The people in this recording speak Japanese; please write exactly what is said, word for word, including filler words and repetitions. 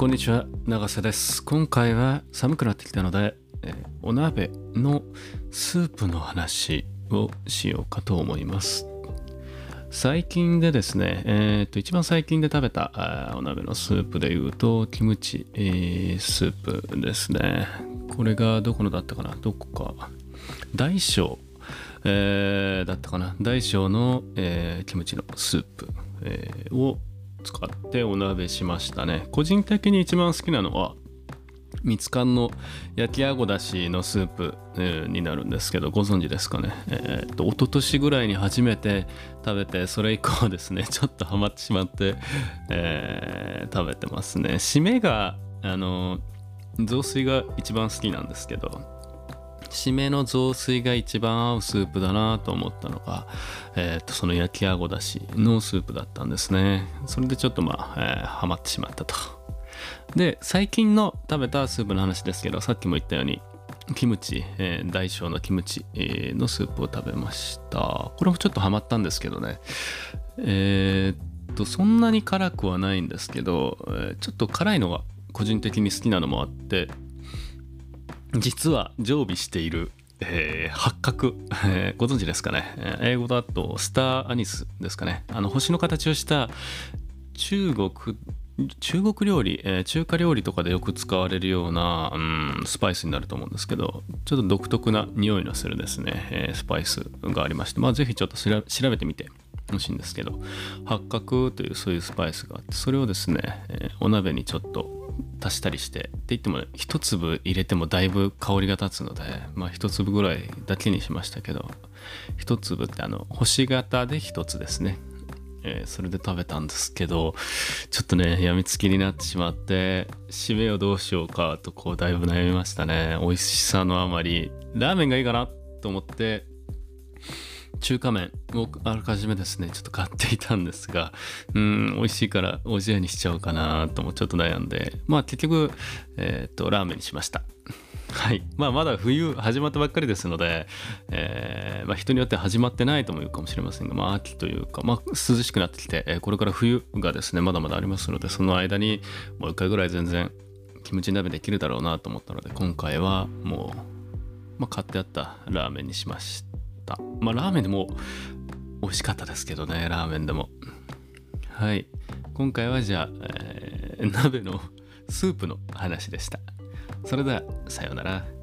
んにちは、永瀬です。今回は寒くなってきたので、えーお鍋のスープの話をしようかと思います。最近でですね、えーと一番最近で食べたあーお鍋のスープでいうとキムチ、えースープですね。これがどこのだったかな、どこか大小、えーだったかな、大小の、えーキムチのスープ、えーを使ってお鍋しましたね。個人的に一番好きなのはみつかんの焼きあごだしのスープ、えーになるんですけど、ご存知ですかね。えー、と一昨年ぐらいに初めて食べて、それ以降はですねちょっとハマってしまって、えー食べてますね。締めがあの雑炊が一番好きなんですけど、締めの雑炊が一番合うスープだなと思ったのが、えー、とその焼きあごだしのスープだったんですね。それでちょっとまあ、えーハマってしまったと。で、最近の食べたスープの話ですけど、さっきも言ったようにキムチ、えー大小のキムチ、えーのスープを食べました。これもちょっとハマったんですけどね、えーっとそんなに辛くはないんですけど、えーちょっと辛いのが個人的に好きなのもあって、実は常備している、えー八角、えーご存知ですかね。えー英語だとスターアニスですかね。あの星の形をした中国中国料理、えー中華料理とかでよく使われるような、うん、スパイスになると思うんですけど、ちょっと独特な匂いのするですね、えースパイスがありまして、まあぜひちょっと調べ調べてみてほしいんですけど、八角というそういうスパイスがあって、それをですね、えーお鍋にちょっと足したりして、って言っても一粒入れてもだいぶ香りが立つので、まあ一粒ぐらいだけにしましたけど、一粒ってあの星型で一つですね。えーそれで食べたんですけど、ちょっとねやみつきになってしまって、締めをどうしようかとこうだいぶ悩みましたね。美味しさのあまりラーメンがいいかなと思って中華麺をあらかじめですねちょっと買っていたんですが、うーん美味しいからおじやにしちゃおうかなともちょっと悩んで、まあ結局えっ、とラーメンにしました。はい、まあまだ冬始まったばっかりですので、えーまあ、人によって始まってないとも言うかもしれませんが、まあ秋というか、まあ、涼しくなってきて、えーこれから冬がですねまだまだありますので、その間にもう一回ぐらい全然キムチ鍋できるだろうなと思ったので、今回はもう、まあ、買ってあったラーメンにしました。まあラーメンでも美味しかったですけどね、ラーメンでも。はい、今回はじゃあ、えー鍋のスープの話でした。それではさようなら。